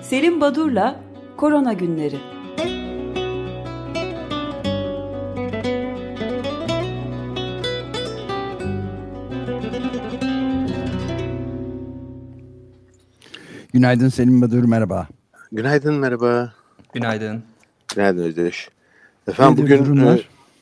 Selim Badur'la Korona Günleri. Günaydın Selim Badur, merhaba. Günaydın, merhaba. Günaydın. Günaydın Özdeş. Efendim bugün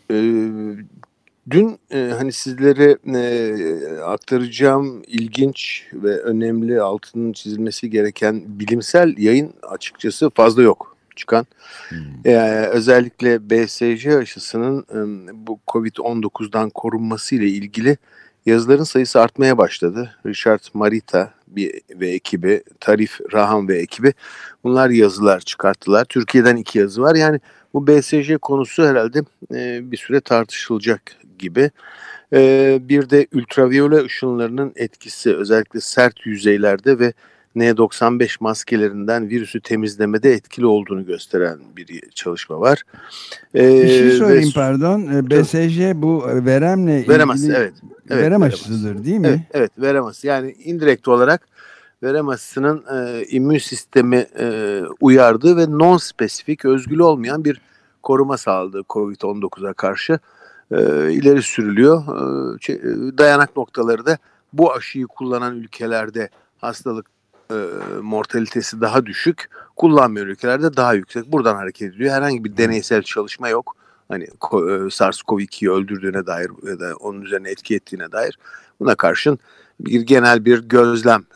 dün hani sizlere aktaracağım ilginç ve önemli, altının çizilmesi gereken bilimsel yayın açıkçası fazla yok çıkan. Özellikle BCG aşısının bu Covid-19'dan korunması ile ilgili yazıların sayısı artmaya başladı. Richard Marita ve ekibi, Tarif Raham ve ekibi bunlar yazılar çıkarttılar. Türkiye'den 2 yazı var. Yani bu BCG konusu herhalde bir süre tartışılacak gibi. Bir de ultraviyole ışınlarının etkisi özellikle sert yüzeylerde ve N95 maskelerinden virüsü temizlemede etkili olduğunu gösteren bir çalışma var. Bir şey sorayım pardon. BCG bu veremle ilgili. Verem aşısı, evet. Verem aşısıdır değil mi? Evet, verem aşısı. Yani indirekt olarak verem aşısının immün sistemi uyardığı ve non-spesifik, özgül olmayan bir koruma sağladığı COVID-19'a karşı ileri sürülüyor. Dayanak noktaları da bu aşıyı kullanan ülkelerde hastalık mortalitesi daha düşük, kullanmayan ülkelerde daha yüksek. Buradan hareket ediyor. Herhangi bir deneysel çalışma yok. Hani SARS-CoV-2'yi öldürdüğüne dair ya da onun üzerine etki ettiğine dair. Buna karşın genel bir gözlem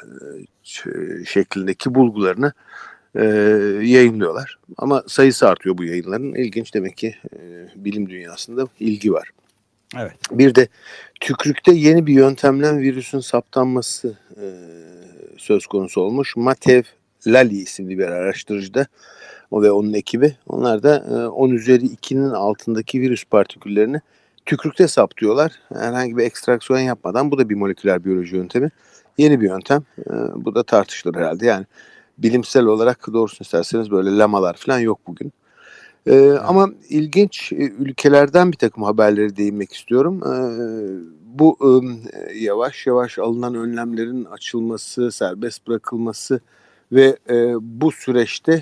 şeklindeki bulgularını yayınlıyorlar. Ama sayısı artıyor bu yayınların. İlginç, demek ki bilim dünyasında ilgi var. Evet. Bir de tükürükte yeni bir yöntemle virüsün saptanması söz konusu olmuş. Matev Lali isimli bir araştırıcıda, o ve onun ekibi. Onlar da 10 üzeri 2'nin altındaki virüs partiküllerini tükürükte saptıyorlar. Herhangi bir ekstraksiyon yapmadan. Bu da bir moleküler biyoloji yöntemi. Yeni bir yöntem. Bu da tartışılır herhalde. Yani bilimsel olarak doğrusunu isterseniz böyle lamalar falan yok bugün. Ama ilginç ülkelerden bir takım haberleri değinmek istiyorum. Bu yavaş yavaş alınan önlemlerin açılması, serbest bırakılması ve bu süreçte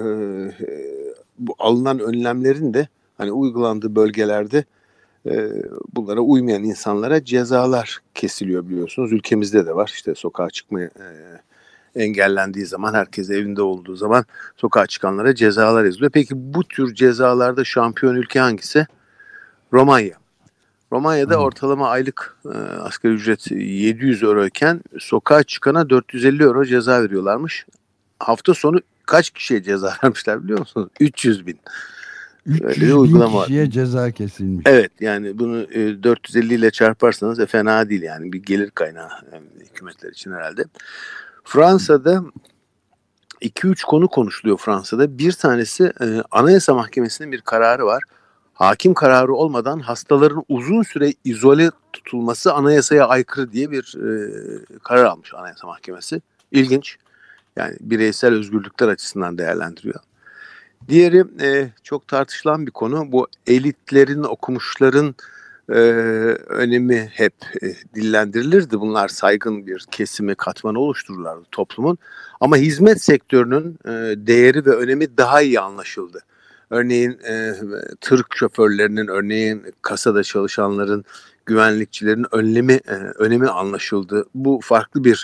bu alınan önlemlerin de hani uygulandığı bölgelerde bunlara uymayan insanlara cezalar kesiliyor, biliyorsunuz. Ülkemizde de var. İşte sokağa çıkmaya engellendiği zaman, herkes evinde olduğu zaman sokağa çıkanlara cezalar yazılıyor. Peki bu tür cezalarda şampiyon ülke hangisi? Romanya. Romanya'da ortalama aylık asgari ücret 700 euro iken sokağa çıkana 450 euro ceza veriyorlarmış. Hafta sonu kaç kişiye ceza vermişler biliyor musunuz? 300 bin. 300 bin kişiye ceza kesilmiş. Evet, yani bunu 450 ile çarparsanız fena değil, yani bir gelir kaynağı hükümetler için herhalde. Fransa'da 2-3 konu konuşuluyor Fransa'da. Bir tanesi Anayasa Mahkemesi'nin bir kararı var. Hakim kararı olmadan hastaların uzun süre izole tutulması anayasaya aykırı diye bir karar almış Anayasa Mahkemesi. İlginç. Yani bireysel özgürlükler açısından değerlendiriyor. Diğeri çok tartışılan bir konu. Bu elitlerin, okumuşların önemi hep dillendirilirdi. Bunlar saygın bir kesimi, katmanı oluştururlardı toplumun. Ama hizmet sektörünün değeri ve önemi daha iyi anlaşıldı. Örneğin tır şoförlerinin, örneğin kasada çalışanların, güvenlikçilerin önemi anlaşıldı. Bu farklı bir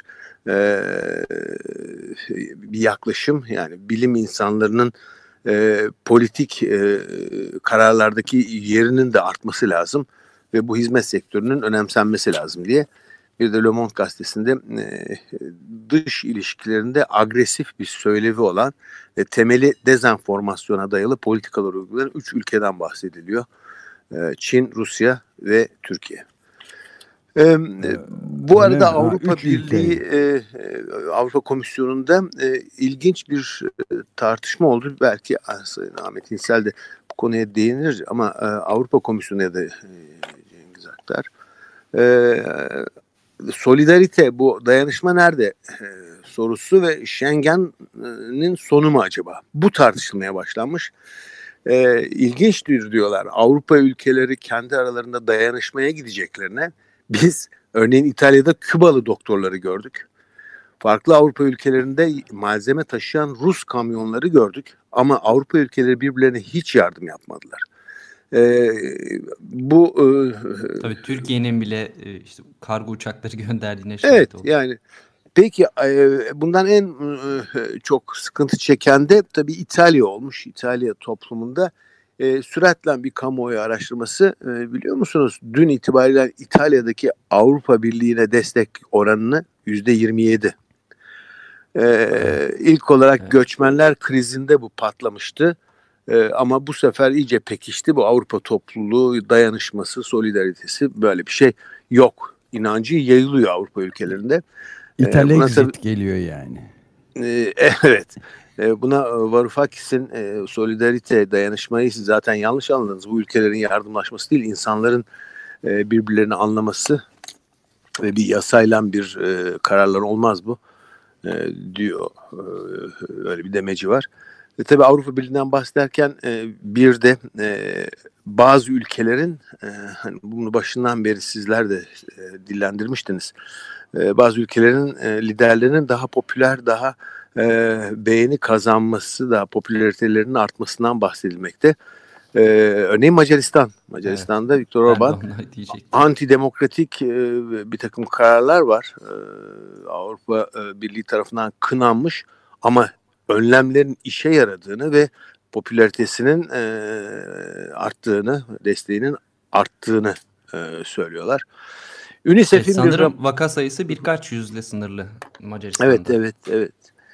yaklaşım. Yani bilim insanlarının politik kararlardaki yerinin de artması lazım ve bu hizmet sektörünün önemsenmesi lazım diye. Bir de Le Monde gazetesinde dış ilişkilerinde agresif bir söylevi olan ve temeli dezenformasyona dayalı politikalar uygulayan 3 ülkeden bahsediliyor. Çin, Rusya ve Türkiye. Bu arada Avrupa Birliği, Avrupa Komisyonu'nda ilginç bir tartışma oldu. Belki Ahmet İnsel de bu konuya değinir ama Avrupa Komisyonu ya da Cengiz Aktar, solidarite, bu dayanışma nerede sorusu ve Schengen'in sonu mu acaba? Bu tartışılmaya başlanmış. İlginçtir diyorlar. Avrupa ülkeleri kendi aralarında dayanışmaya gideceklerine, biz örneğin İtalya'da Kübalı doktorları gördük. Farklı Avrupa ülkelerinde malzeme taşıyan Rus kamyonları gördük ama Avrupa ülkeleri birbirlerine hiç yardım yapmadılar. Bu tabii Türkiye'nin bile işte kargo uçakları gönderdiğine evet oldu. yani peki bundan en çok sıkıntı çeken de tabii İtalya olmuş. İtalya toplumunda süratle bir kamuoyu araştırması biliyor musunuz? Dün itibariyle İtalya'daki Avrupa Birliği'ne destek oranını %27. İlk olarak göçmenler krizinde bu patlamıştı. Ama bu sefer iyice pekişti. Bu Avrupa topluluğu, dayanışması, solidaritesi böyle bir şey yok. İnancı yayılıyor Avrupa ülkelerinde. İtalexit geliyor yani. Evet. Buna Varoufakis'in solidarite, dayanışmayı siz zaten yanlış anladınız. Bu ülkelerin yardımlaşması değil, insanların birbirlerini anlaması ve bir yasayla bir kararlar olmaz bu diyor. Öyle bir demeci var. Tabii Avrupa Birliği'nden bahsederken bir de bazı ülkelerin hani bunu başından beri sizler de dillendirmiştiniz. Bazı ülkelerin liderlerinin daha popüler, daha beğeni kazanması, daha popülaritelerinin artmasından bahsedilmekte. Örneğin Macaristan. Macaristan'da Viktor Orban antidemokratik bir takım kararlar var. Avrupa Birliği tarafından kınanmış ama önlemlerin işe yaradığını ve popülaritesinin arttığını, desteğinin arttığını söylüyorlar. UNICEF'in vaka sayısı birkaç yüzle sınırlı Macaristan'da. Evet.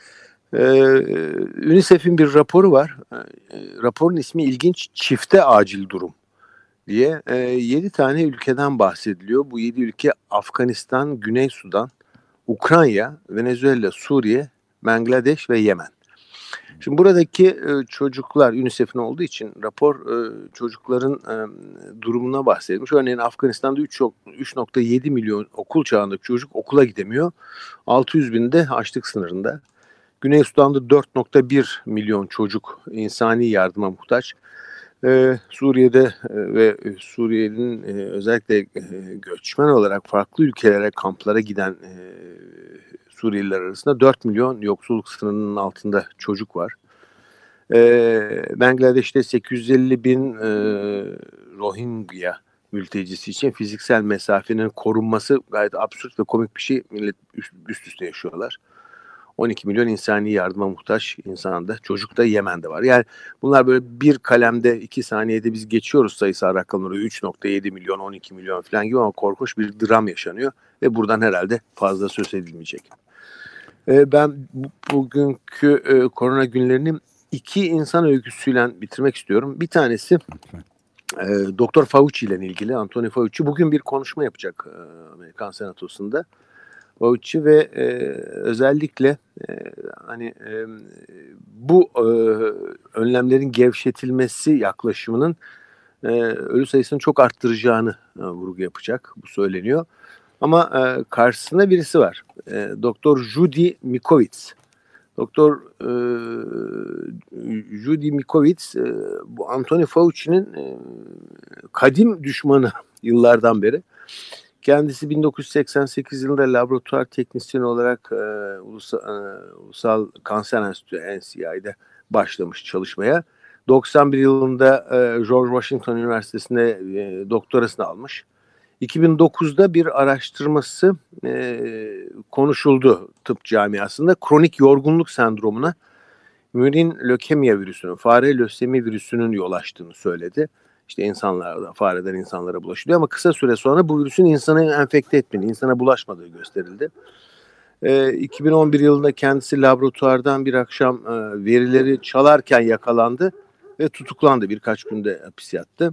UNICEF'in bir raporu var. Raporun ismi ilginç, çifte acil durum diye. 7 tane ülkeden bahsediliyor. Bu 7 ülke Afganistan, Güney Sudan, Ukrayna, Venezuela, Suriye, Bangladeş ve Yemen. Şimdi buradaki çocuklar, UNICEF'in olduğu için rapor çocukların durumuna bahsedilmiş. Örneğin Afganistan'da 3.7 milyon okul çağındaki çocuk okula gidemiyor. 600 bin de açlık sınırında. Güney Sudan'da 4.1 milyon çocuk insani yardıma muhtaç. Suriye'de ve Suriye'nin özellikle göçmen olarak farklı ülkelere, kamplara giden Suriyeliler arasında 4 milyon yoksulluk sınırının altında çocuk var. Bangladeş'te 850 bin Rohingya mültecisi için fiziksel mesafenin korunması gayet absürt ve komik bir şey. Millet üst üste yaşıyorlar. 12 milyon insani yardıma muhtaç insan da, çocuk da Yemen'de var. Yani bunlar böyle bir kalemde 2 saniyede biz geçiyoruz sayısal rakamları. 3.7 milyon, 12 milyon falan gibi ama korkunç bir dram yaşanıyor ve buradan herhalde fazla söz edilmeyecek. Ben bugünkü korona günlerini 2 insan öyküsüyle bitirmek istiyorum. Bir tanesi Doktor Fauci ile ilgili. Anthony Fauci bugün bir konuşma yapacak Amerikan Senatosu'nda. Fauci ve özellikle bu önlemlerin gevşetilmesi yaklaşımının ölü sayısını çok arttıracağını vurgu yapacak. Bu söyleniyor. Ama karşısında birisi var. Doktor Judy Mikovits. Doktor Judy Mikovits bu Anthony Fauci'nin kadim düşmanı yıllardan beri. Kendisi 1988 yılında laboratuvar teknisyeni olarak Ulusal Kanser Enstitüsü NCI'de başlamış çalışmaya. 91 yılında George Washington Üniversitesi'nde doktorasını almış. 2009'da bir araştırması konuşuldu tıp camiasında. Kronik yorgunluk sendromuna mürin lökemya virüsünün, fare lösemi virüsünün yol açtığını söyledi. İşte fareden insanlara bulaşıyor ama kısa süre sonra bu virüsün insanı enfekte ettiğini, insana bulaşmadığı gösterildi. 2011 yılında kendisi laboratuvardan bir akşam verileri çalarken yakalandı ve tutuklandı. Birkaç günde hapis yattı.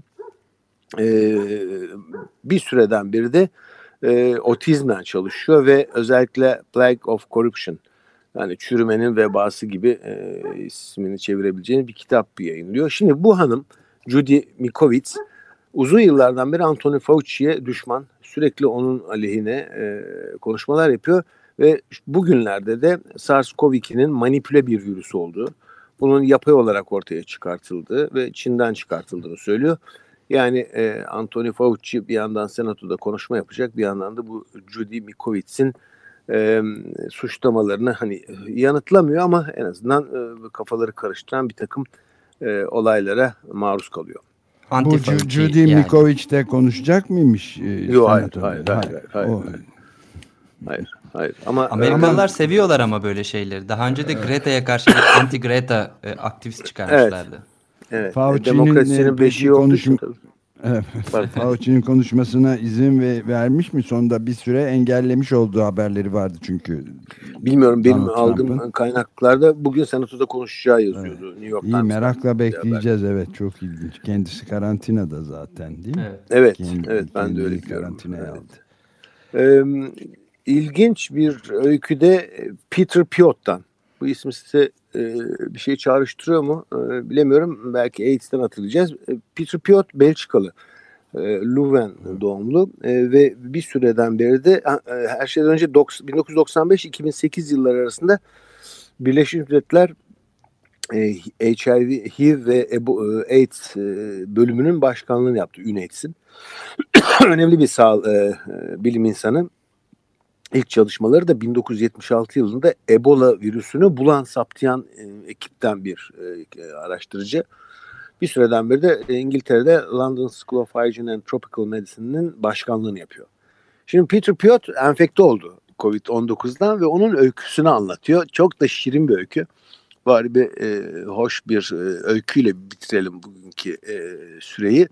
Bir süreden beri de otizmle çalışıyor ve özellikle Plague of Corruption, yani çürümenin vebası gibi ismini çevirebileceğiniz bir kitap yayınlıyor. Şimdi bu hanım Judy Mikovits uzun yıllardan beri Anthony Fauci'ye düşman, sürekli onun aleyhine konuşmalar yapıyor ve bugünlerde de SARS-CoV-2'nin manipüle bir virüs olduğu, bunun yapay olarak ortaya çıkartıldığı ve Çin'den çıkartıldığını söylüyor. Yani Anthony Fauci bir yandan senatoda konuşma yapacak, bir yandan da bu Judy Mikovics'in suçlamalarını hani yanıtlamıyor ama en azından kafaları karıştıran bir takım olaylara maruz kalıyor. Bu Judy yani. Mikovic de konuşacak mıymış? Yok, hayır. Ama Amerikalılar seviyorlar ama böyle şeyleri. Daha önce de Greta'ya karşı anti Greta aktivist çıkarmışlardı. Evet. Demokrasinin beşiği olduğu için tabii. Fauci'nin konuşmasına izin vermiş mi? Sonunda bir süre engellemiş olduğu haberleri vardı çünkü. Bilmiyorum, benim aldığım kaynaklarda bugün senatoda konuşacağı yazıyordu. Evet. New York İyi, merakla bekleyeceğiz. Evet, çok ilginç. Kendisi karantinada zaten, değil mi? Evet, ben de öyle biliyorum. Karantinaya aldı. İlginç bir öyküde Peter Piot'tan. Bu isim size bir şey çağrıştırıyor mu? Bilemiyorum. Belki AIDS'ten hatırlayacağız. Peter Piot Belçikalı. Leuven doğumlu ve bir süreden beri de her şeyden önce 1995-2008 yılları arasında Birleşmiş Milletler HIV ve AIDS bölümünün başkanlığını yaptı. UNAIDS'in. Önemli bir bilim insanı. İlk çalışmaları da 1976 yılında Ebola virüsünü saptayan ekipten bir araştırıcı. Bir süreden beri de İngiltere'de London School of Hygiene and Tropical Medicine'nin başkanlığını yapıyor. Şimdi Peter Piot enfekte oldu COVID-19'dan ve onun öyküsünü anlatıyor. Çok da şirin bir öykü. Bari bir hoş bir öyküyle bitirelim bugünkü süreyi.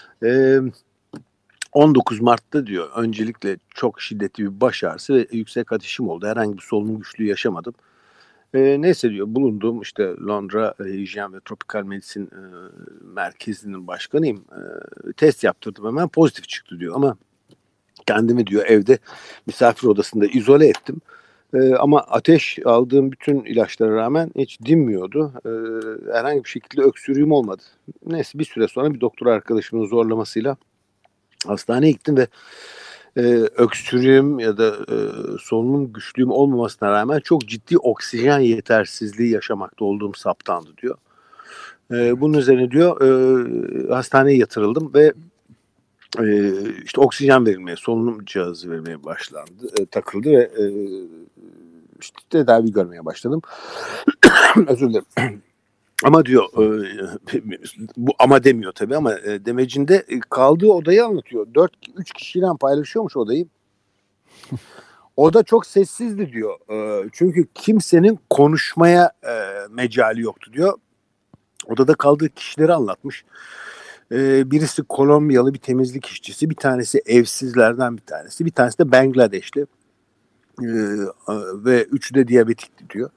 19 Mart'ta diyor, öncelikle çok şiddetli bir baş ağrısı ve yüksek ateşim oldu. Herhangi bir solunum güçlüğü yaşamadım. Neyse diyor, bulunduğum işte Londra Hijyen ve Tropikal Medisin Merkezi'nin başkanıyım. Test yaptırdım, hemen pozitif çıktı diyor ama kendimi diyor evde misafir odasında izole ettim. Ama ateş aldığım bütün ilaçlara rağmen hiç dinmiyordu. Herhangi bir şekilde öksürüğüm olmadı. Neyse bir süre sonra bir doktor arkadaşımın zorlamasıyla hastaneye gittim ve öksürüğüm ya da solunum güçlüğüm olmamasına rağmen çok ciddi oksijen yetersizliği yaşamakta olduğum saptandı diyor. Bunun üzerine diyor hastaneye yatırıldım ve işte oksijen verilmeye, solunum cihazı verilmeye başlandı, takıldı ve işte tedavi görmeye başladım. Özür dilerim. Ama diyor, bu ama demiyor tabii ama demecinde kaldığı odayı anlatıyor. 3 kişiyle paylaşıyormuş odayı. Oda çok sessizdi diyor. Çünkü kimsenin konuşmaya mecali yoktu diyor. Odada kaldığı kişileri anlatmış. Birisi Kolombiyalı bir temizlik işçisi, bir tanesi evsizlerden bir tanesi, bir tanesi de Bangladeşli ve üçü de diyabetikti diyor.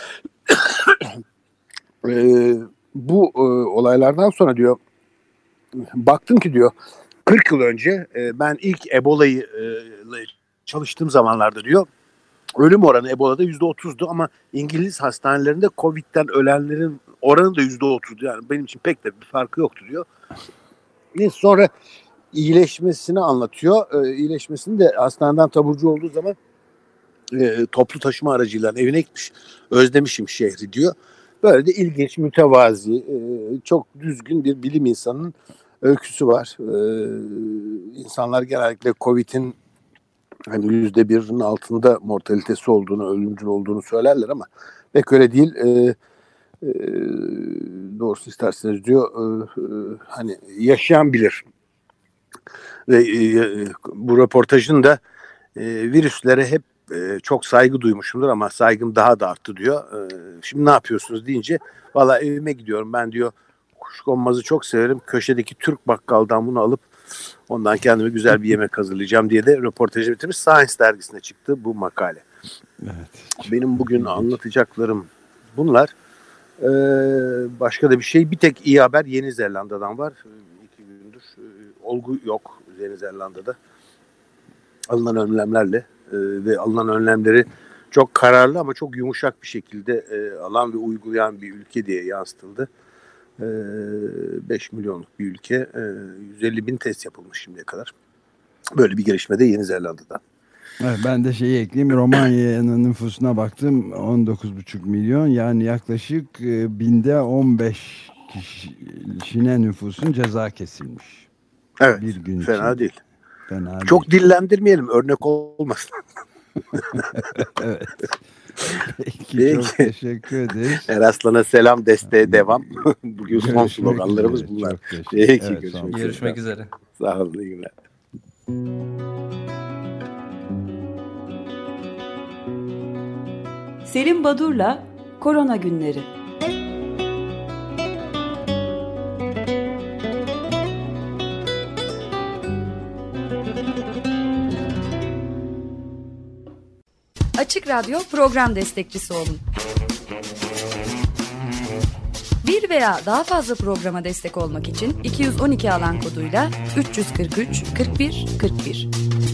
Bu olaylardan sonra diyor, baktım ki diyor 40 yıl önce ben ilk Ebola'yı çalıştığım zamanlarda diyor ölüm oranı Ebola'da %30'du ama İngiliz hastanelerinde Covid'den ölenlerin oranı da %30'du. Yani benim için pek de bir farkı yoktu diyor. Sonra iyileşmesini anlatıyor. İyileşmesini de hastaneden taburcu olduğu zaman toplu taşıma aracıyla evine gitmiş. Özlemişim şehri diyor. Böyle de ilginç, mütevazi, çok düzgün bir bilim insanının öyküsü var. İnsanlar genellikle Covid'in hani %1'in altında mortalitesi olduğunu, ölümcül olduğunu söylerler ama pek öyle değil. Doğrusu isterseniz diyor, hani yaşayan bilir. Ve bu röportajın da virüslere hep çok saygı duymuşumdur ama saygım daha da arttı diyor. Şimdi ne yapıyorsunuz deyince, valla evime gidiyorum ben diyor, kuşkonmazı çok severim. Köşedeki Türk bakkaldan bunu alıp ondan kendime güzel bir yemek hazırlayacağım diye de röportajı bitirmiş. Science dergisine çıktı bu makale. Evet. Benim bugün anlatacaklarım bunlar. Başka da bir şey. Bir tek iyi haber Yeni Zelanda'dan var. 2 gündür olgu yok Yeni Zelanda'da. Alınan önlemlerle ve alınan önlemleri çok kararlı ama çok yumuşak bir şekilde alan ve uygulayan bir ülke diye yansıtıldı. 5 milyonluk bir ülke. 150 bin test yapılmış şimdiye kadar. Böyle bir gelişme de Yeni Zelanda'da. Evet, ben de şeyi ekleyeyim. Romanya'nın nüfusuna baktım. 19,5 milyon. Yani yaklaşık binde 15 kişinin nüfusun ceza kesilmiş. Evet. Bir gün fena içinde. değil. Fena çok değil. dillendirmeyelim. Örnek olmasın. Evet. Peki, çok teşekkür ederiz. Eraslan'a selam, desteğe devam. Bugün son Görüşmek sloganlarımız üzere. bunlar. Çok teşekkür Peki, Evet, Görüşmek üzere. Sağ olun, iyi günler. Selim Badur'la Korona Günleri. Açık Radyo program destekçisi olun. Bir veya daha fazla programa destek olmak için 212 alan koduyla 343 41 41.